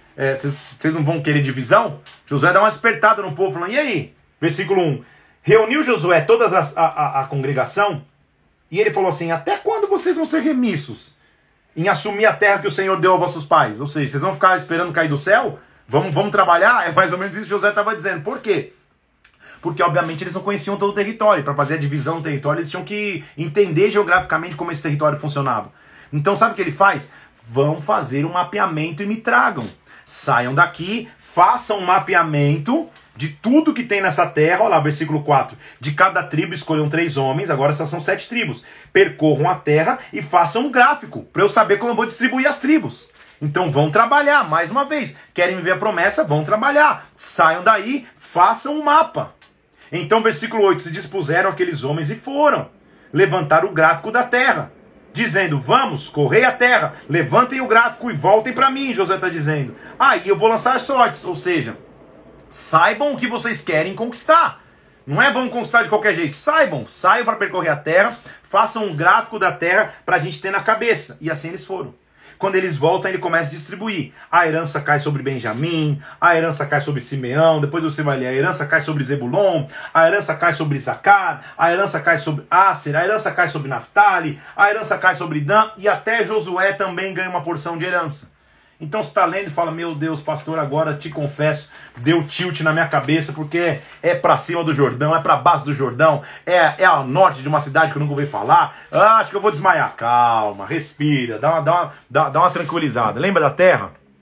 querer divisão? Josué dá uma despertada no povo, falando, e aí? Versículo 1. Reuniu Josué toda a congregação e ele falou assim, até quando vocês vão ser remissos em assumir a terra que o Senhor deu aos vossos pais? Ou seja, vocês vão ficar esperando cair do céu? Vamos trabalhar? É mais ou menos isso que Josué estava dizendo. Por quê? Porque, obviamente, eles não conheciam todo o território. Para fazer a divisão do território, eles tinham que entender geograficamente como esse território funcionava. Então, sabe o que ele faz? Vão fazer um mapeamento e me tragam. Saiam daqui, façam um mapeamento de tudo que tem nessa terra. Olha lá, versículo 4. De cada tribo escolham 3 homens, agora essas são 7 tribos. Percorram a terra e façam um gráfico, para eu saber como eu vou distribuir as tribos. Então vão trabalhar, mais uma vez. Querem ver a promessa? Vão trabalhar. Saiam daí, façam um mapa. Então, versículo 8. Se dispuseram aqueles homens e foram levantar o gráfico da terra, dizendo, vamos, correi a terra, levantem o gráfico e voltem para mim, Josué está dizendo. Aí eu vou lançar sortes, ou seja, saibam o que vocês querem conquistar. Não é vamos conquistar de qualquer jeito, saiam para percorrer a terra, façam um gráfico da terra para a gente ter na cabeça. E assim eles foram. Quando eles voltam, ele começa a distribuir. A herança cai sobre Benjamim, a herança cai sobre Simeão, depois você vai ler, a herança cai sobre Zebulon, a herança cai sobre Isacar, a herança cai sobre Asser, a herança cai sobre Naftali, a herança cai sobre Dan, e até Josué também ganha uma porção de herança. Então você está lendo e fala, meu Deus, pastor, agora te confesso, deu tilt na minha cabeça, porque é para cima do Jordão, é para baixo do Jordão, é ao norte de uma cidade que eu nunca ouvi falar, acho que eu vou desmaiar. Calma, respira, dá uma tranquilizada. Lembra da terra?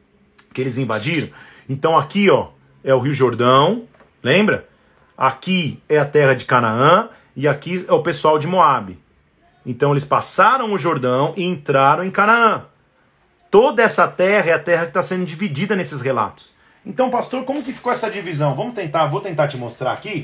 que eles invadiram. Então aqui, ó, é o Rio Jordão, lembra? Aqui é a terra de Canaã e aqui é o pessoal de Moabe. Então eles passaram o Jordão e entraram em Canaã. Toda essa terra é a terra que está sendo dividida nesses relatos. Então, pastor, como que ficou essa divisão? Vou tentar te mostrar aqui,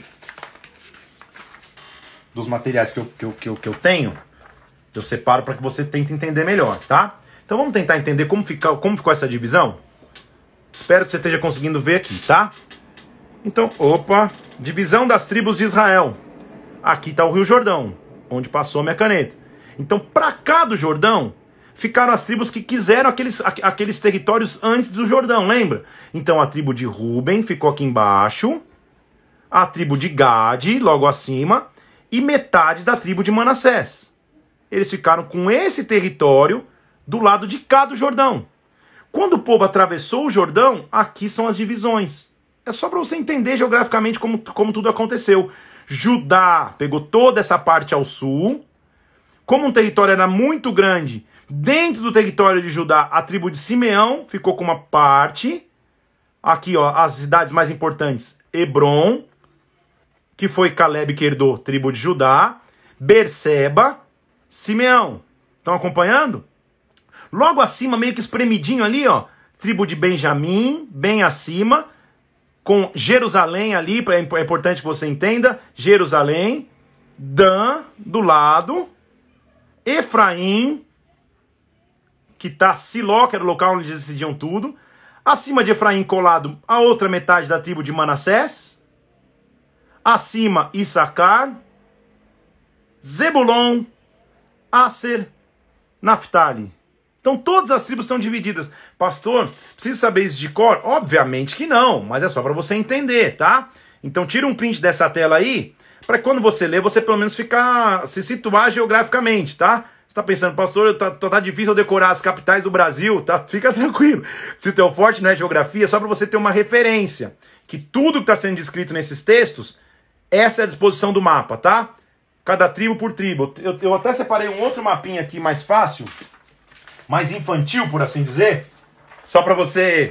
dos materiais que eu tenho. Eu separo para que você tente entender melhor, tá? Então vamos tentar entender como ficou essa divisão? Espero que você esteja conseguindo ver aqui, tá? Então, divisão das tribos de Israel. Aqui está o Rio Jordão, onde passou a minha caneta. Então, para cá do Jordão, ficaram as tribos que quiseram aqueles territórios antes do Jordão, lembra? Então, a tribo de Ruben ficou aqui embaixo, a tribo de Gade, logo acima, e metade da tribo de Manassés. Eles ficaram com esse território do lado de cá do Jordão. Quando o povo atravessou o Jordão, aqui são as divisões. É só para você entender geograficamente como tudo aconteceu. Judá pegou toda essa parte ao sul. Como um território era muito grande, dentro do território de Judá, a tribo de Simeão ficou com uma parte. Aqui, ó, as cidades mais importantes. Hebron, que foi Caleb que herdou, tribo de Judá. Berseba, Simeão. Estão acompanhando? Logo acima, meio que espremidinho ali, ó, tribo de Benjamim, bem acima, com Jerusalém ali, é importante que você entenda, Jerusalém, Dan, do lado, Efraim, que tá Siló, que era o local onde eles decidiam tudo, acima de Efraim colado, a outra metade da tribo de Manassés, acima Issacar, Zebulon, Aser, Naftali. Então todas as tribos estão divididas. Pastor, preciso saber isso de cor? Obviamente que não, mas é só para você entender, tá? Então tira um print dessa tela aí, para quando você ler, você pelo menos se situar geograficamente, tá? Você tá pensando, pastor, tá difícil eu decorar as capitais do Brasil, tá? Fica tranquilo. Se o teu forte não é geografia, é só para você ter uma referência. Que tudo que está sendo descrito nesses textos, essa é a disposição do mapa, tá? Cada tribo por tribo. Eu até separei um outro mapinha aqui mais fácil, mais infantil, por assim dizer, só para você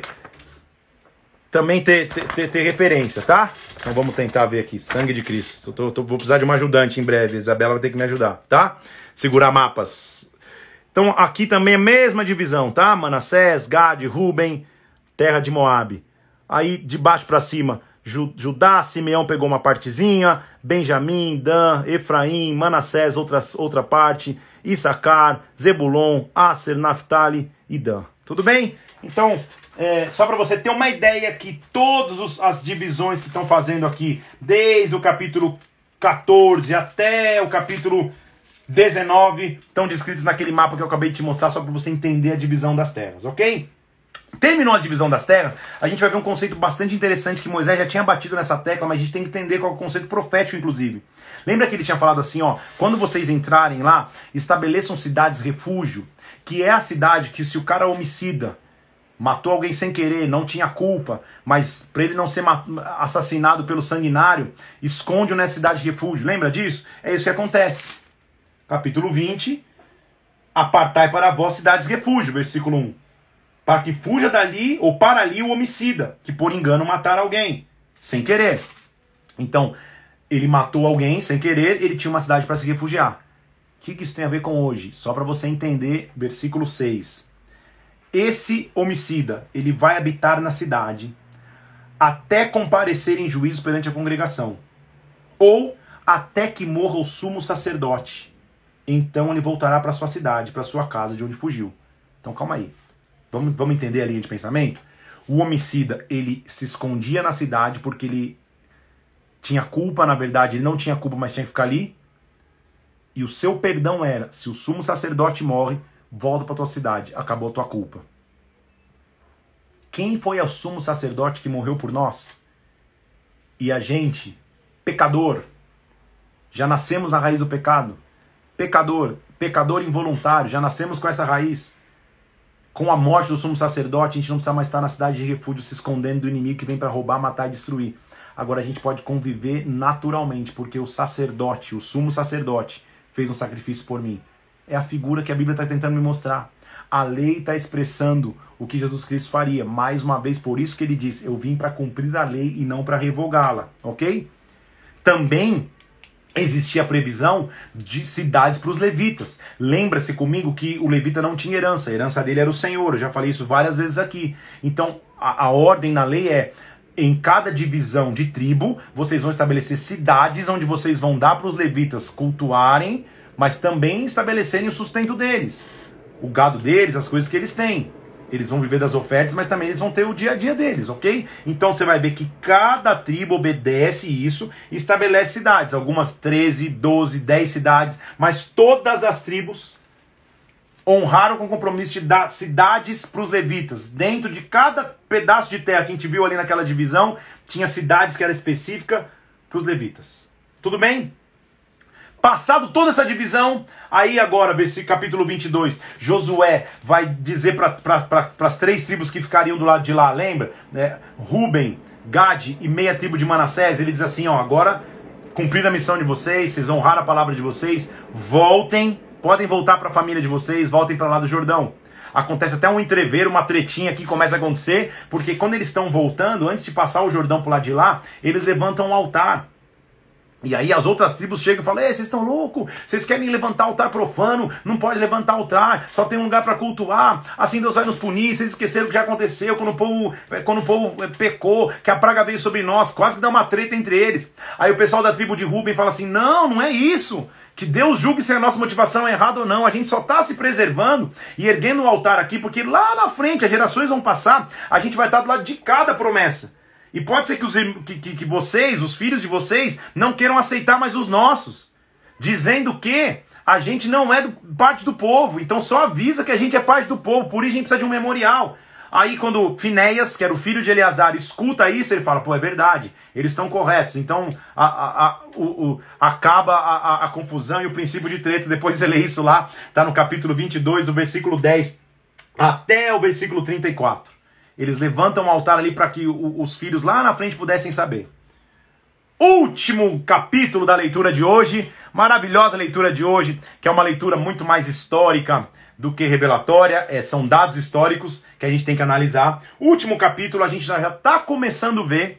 também ter referência, tá? Então vamos tentar ver aqui, sangue de Cristo. Vou precisar de uma ajudante em breve, a Isabela vai ter que me ajudar, tá? Segurar mapas. Então aqui também é a mesma divisão, tá? Manassés, Gade, Ruben, terra de Moabe. Aí de baixo para cima, Judá, Simeão pegou uma partezinha, Benjamim, Dan, Efraim, Manassés, outra parte, Issacar, Zebulon, Aser, Naftali e Dan. Tudo bem? Então, só para você ter uma ideia que todas as divisões que estão fazendo aqui, desde o capítulo 14 até o capítulo 19, estão descritos naquele mapa que eu acabei de te mostrar, só para você entender a divisão das terras, ok? Terminou a divisão das terras, a gente vai ver um conceito bastante interessante que Moisés já tinha batido nessa tecla, mas a gente tem que entender qual é o conceito profético, inclusive. Lembra que ele tinha falado assim, ó, quando vocês entrarem lá, estabeleçam cidades refúgio, que é a cidade que se o cara homicida, matou alguém sem querer, não tinha culpa, mas para ele não ser assassinado pelo sanguinário, esconde nessa cidade de refúgio. Lembra disso? É isso que acontece. Capítulo 20, apartai para vós cidades refúgio, versículo 1. Para que fuja dali, ou para ali o homicida, que por engano matar alguém, sem querer. Então, ele matou alguém sem querer, ele tinha uma cidade para se refugiar. O que isso tem a ver com hoje? Só para você entender, versículo 6. Esse homicida, ele vai habitar na cidade até comparecer em juízo perante a congregação, ou até que morra o sumo sacerdote. Então ele voltará para sua cidade, para sua casa de onde fugiu. Então calma aí. Vamos entender a linha de pensamento? O homicida, ele se escondia na cidade porque ele tinha culpa, na verdade, ele não tinha culpa, mas tinha que ficar ali. E o seu perdão era, se o sumo sacerdote morre, volta para tua cidade, acabou a tua culpa. Quem foi o sumo sacerdote que morreu por nós? E a gente, pecador, já nascemos na raiz do pecado. Pecador involuntário, já nascemos com essa raiz. Com a morte do sumo sacerdote, a gente não precisa mais estar na cidade de refúgio se escondendo do inimigo que vem para roubar, matar e destruir. Agora a gente pode conviver naturalmente, porque o sacerdote, o sumo sacerdote, fez um sacrifício por mim. É a figura que a Bíblia está tentando me mostrar. A lei está expressando o que Jesus Cristo faria. Mais uma vez, por isso que ele disse, eu vim para cumprir a lei e não para revogá-la, ok? Também existia a previsão de cidades para os levitas. Lembra-se comigo que o levita não tinha herança. A herança dele era o Senhor. Eu já falei isso várias vezes aqui. Então, a ordem na lei é, em cada divisão de tribo, vocês vão estabelecer cidades onde vocês vão dar para os levitas cultuarem, mas também estabelecerem o sustento deles. O gado deles, as coisas que eles têm. Eles vão viver das ofertas, mas também eles vão ter o dia a dia deles, ok? Então você vai ver que cada tribo obedece isso e estabelece cidades. Algumas 13, 12, 10 cidades, mas todas as tribos honraram com o compromisso de dar cidades para os levitas. Dentro de cada pedaço de terra que a gente viu ali naquela divisão, tinha cidades que era específica para os levitas. Tudo bem? Passado toda essa divisão, aí agora, versículo capítulo 22, Josué vai dizer para as 3 tribos que ficariam do lado de lá, lembra? Ruben, Gade e meia tribo de Manassés, ele diz assim, ó, agora cumprir a missão de vocês, vocês honraram a palavra de vocês, voltem, podem voltar para a família de vocês, voltem para lá do Jordão. Acontece até um entreveiro, uma tretinha aqui começa a acontecer, porque quando eles estão voltando, antes de passar o Jordão para o lado de lá, eles levantam um altar. E aí as outras tribos chegam e falam, ei, vocês estão loucos? Vocês querem levantar altar profano? Não pode levantar altar, só tem um lugar para cultuar. Assim Deus vai nos punir. Vocês esqueceram o que já aconteceu quando o povo pecou, que a praga veio sobre nós. Quase que dá uma treta entre eles. Aí o pessoal da tribo de Ruben fala assim, não é isso. Que Deus julgue se a nossa motivação é errada ou não. A gente só está se preservando e erguendo o altar aqui, porque lá na frente as gerações vão passar, a gente vai estar do lado de cada promessa. E pode ser que vocês, os filhos de vocês, não queiram aceitar mais os nossos. Dizendo que a gente não é parte do povo. Então só avisa que a gente é parte do povo. Por isso a gente precisa de um memorial. Aí quando Finéias, que era o filho de Eleazar, escuta isso, ele fala, pô, é verdade. Eles estão corretos. Então acaba a confusão e o princípio de treta. Depois você lê isso lá. Está no capítulo 22, do versículo 10 até o versículo 34. Eles levantam um altar ali para que os filhos lá na frente pudessem saber. Último capítulo da leitura de hoje. Maravilhosa leitura de hoje, que é uma leitura muito mais histórica do que revelatória. São dados históricos que a gente tem que analisar. Último capítulo, a gente já está começando a ver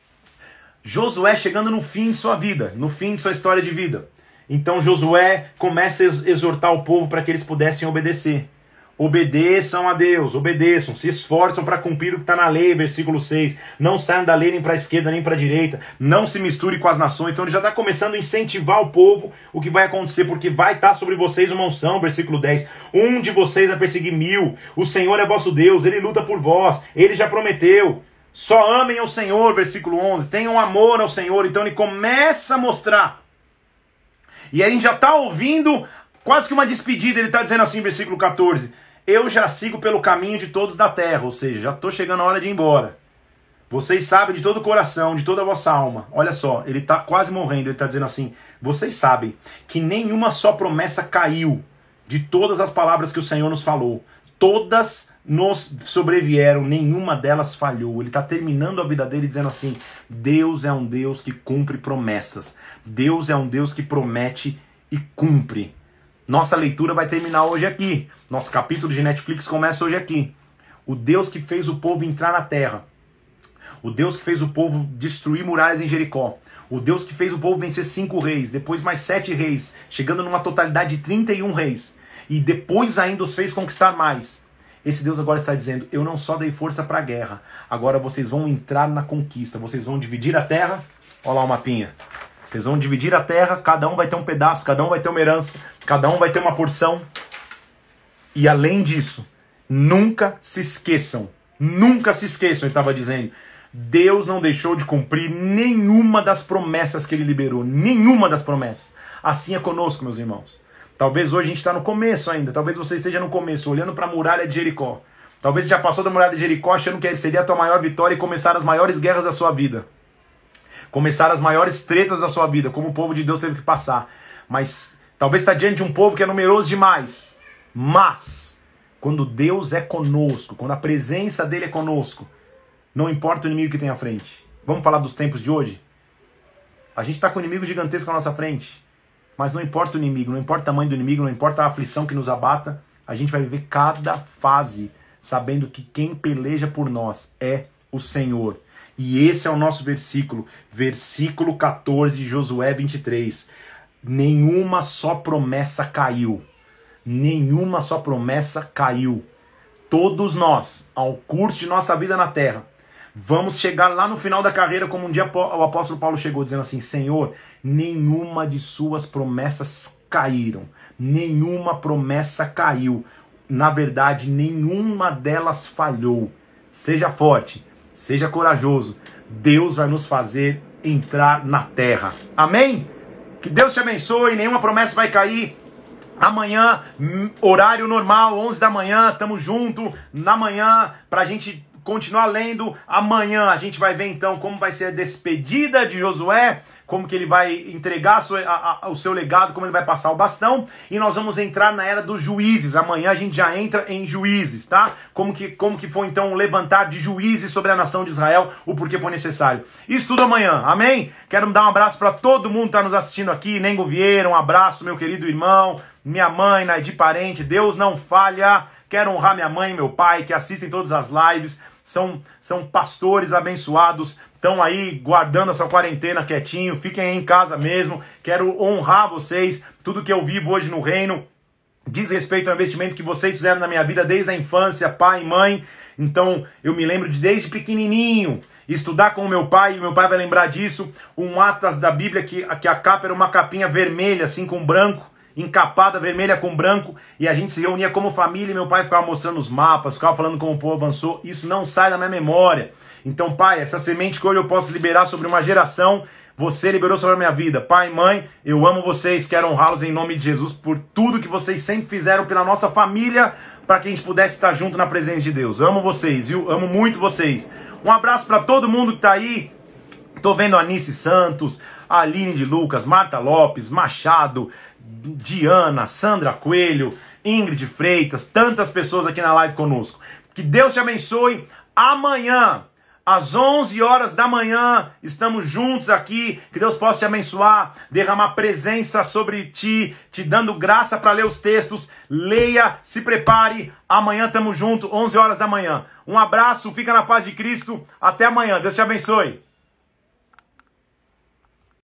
Josué chegando no fim de sua vida, no fim de sua história de vida. Então Josué começa a exortar o povo para que eles pudessem obedecer. Obedeçam a Deus, obedeçam, se esforçam para cumprir o que está na lei, versículo 6. Não saiam da lei nem para a esquerda nem para a direita. Não se misture com as nações. Então ele já está começando a incentivar o povo o que vai acontecer, porque vai estar sobre vocês uma unção, versículo 10. Um de vocês vai perseguir 1000. O Senhor é vosso Deus, Ele luta por vós. Ele já prometeu. Só amem ao Senhor, versículo 11. Tenham amor ao Senhor. Então ele começa a mostrar. E aí a gente já está ouvindo quase que uma despedida. Ele está dizendo assim, versículo 14. Eu já sigo pelo caminho de todos da terra, ou seja, já estou chegando a hora de ir embora. Vocês sabem de todo o coração, de toda a vossa alma. Olha só, ele está quase morrendo, ele está dizendo assim, vocês sabem que nenhuma só promessa caiu de todas as palavras que o Senhor nos falou. Todas nos sobrevieram, nenhuma delas falhou. Ele está terminando a vida dele dizendo assim, Deus é um Deus que cumpre promessas. Deus é um Deus que promete e cumpre. Nossa leitura vai terminar hoje aqui. Nosso capítulo de Netflix começa hoje aqui. O Deus que fez o povo entrar na terra. O Deus que fez o povo destruir muralhas em Jericó. O Deus que fez o povo vencer 5 reis. Depois mais 7 reis. Chegando numa totalidade de 31 reis. E depois ainda os fez conquistar mais. Esse Deus agora está dizendo, eu não só dei força para a guerra. Agora vocês vão entrar na conquista. Vocês vão dividir a terra. Olha lá o mapinha. Vocês vão dividir a terra, cada um vai ter um pedaço, cada um vai ter uma herança, cada um vai ter uma porção. E além disso, nunca se esqueçam, ele estava dizendo, Deus não deixou de cumprir nenhuma das promessas que ele liberou, nenhuma das promessas. Assim é conosco, meus irmãos. Talvez hoje a gente está no começo ainda, talvez você esteja no começo, olhando para a muralha de Jericó. Talvez você já passou da muralha de Jericó achando que seria a tua maior vitória e começar as maiores guerras da sua vida. Começar as maiores tretas da sua vida, como o povo de Deus teve que passar. Mas talvez está diante de um povo que é numeroso demais. Mas, quando Deus é conosco, quando a presença dele é conosco, não importa o inimigo que tem à frente. Vamos falar dos tempos de hoje? A gente está com um inimigo gigantesco à nossa frente. Mas não importa o inimigo, não importa o tamanho do inimigo, não importa a aflição que nos abata. A gente vai viver cada fase sabendo que quem peleja por nós é o Senhor. E esse é o nosso versículo, versículo 14 de Josué 23. Nenhuma só promessa caiu. Nenhuma só promessa caiu. Todos nós, ao curso de nossa vida na terra, vamos chegar lá no final da carreira, como um dia o apóstolo Paulo chegou, dizendo assim: Senhor, nenhuma de suas promessas caíram. Nenhuma promessa caiu. Na verdade, nenhuma delas falhou. Seja forte, seja corajoso. Deus vai nos fazer entrar na terra. Amém? Que Deus te abençoe, nenhuma promessa vai cair. Amanhã, horário normal, 11 da manhã, tamo junto na manhã pra gente continuar lendo. Amanhã a gente vai ver então como vai ser a despedida de Josué, como que ele vai entregar o seu legado, como ele vai passar o bastão. E nós vamos entrar na era dos juízes. Amanhã a gente já entra em juízes, tá? Como que foi então o levantar de juízes sobre a nação de Israel, o porquê foi necessário. Isso tudo amanhã, amém? Quero dar um abraço para todo mundo que tá nos assistindo aqui. Nengo Vieira, um abraço, meu querido irmão, minha mãe, Naidi Parente. Deus não falha. Quero honrar minha mãe e meu pai, que assistem todas as lives. São pastores abençoados, estão aí guardando a sua quarentena quietinho, fiquem aí em casa mesmo. Quero honrar vocês, tudo que eu vivo hoje no reino diz respeito ao investimento que vocês fizeram na minha vida desde a infância, pai e mãe. Então eu me lembro de desde pequenininho estudar com o meu pai, e meu pai vai lembrar disso, um atlas da Bíblia que a capa era uma capinha vermelha assim com branco, encapada, vermelha com branco, e a gente se reunia como família e meu pai ficava mostrando os mapas, ficava falando como o povo avançou. Isso não sai da minha memória. Então, pai, essa semente que hoje eu posso liberar sobre uma geração, você liberou sobre a minha vida. Pai e mãe, eu amo vocês, quero honrá-los em nome de Jesus por tudo que vocês sempre fizeram pela nossa família, para que a gente pudesse estar junto na presença de Deus. Amo vocês, viu? Amo muito vocês. Um abraço para todo mundo que tá aí. Tô vendo a Anice Santos, a Aline de Lucas, Marta Lopes, Machado, Diana, Sandra Coelho, Ingrid Freitas, tantas pessoas aqui na live conosco. Que Deus te abençoe. Amanhã, às 11 horas da manhã, estamos juntos aqui. Que Deus possa te abençoar, derramar presença sobre ti, te dando graça para ler os textos. Leia, se prepare. Amanhã estamos juntos, 11 horas da manhã. Um abraço, fica na paz de Cristo. Até amanhã. Deus te abençoe.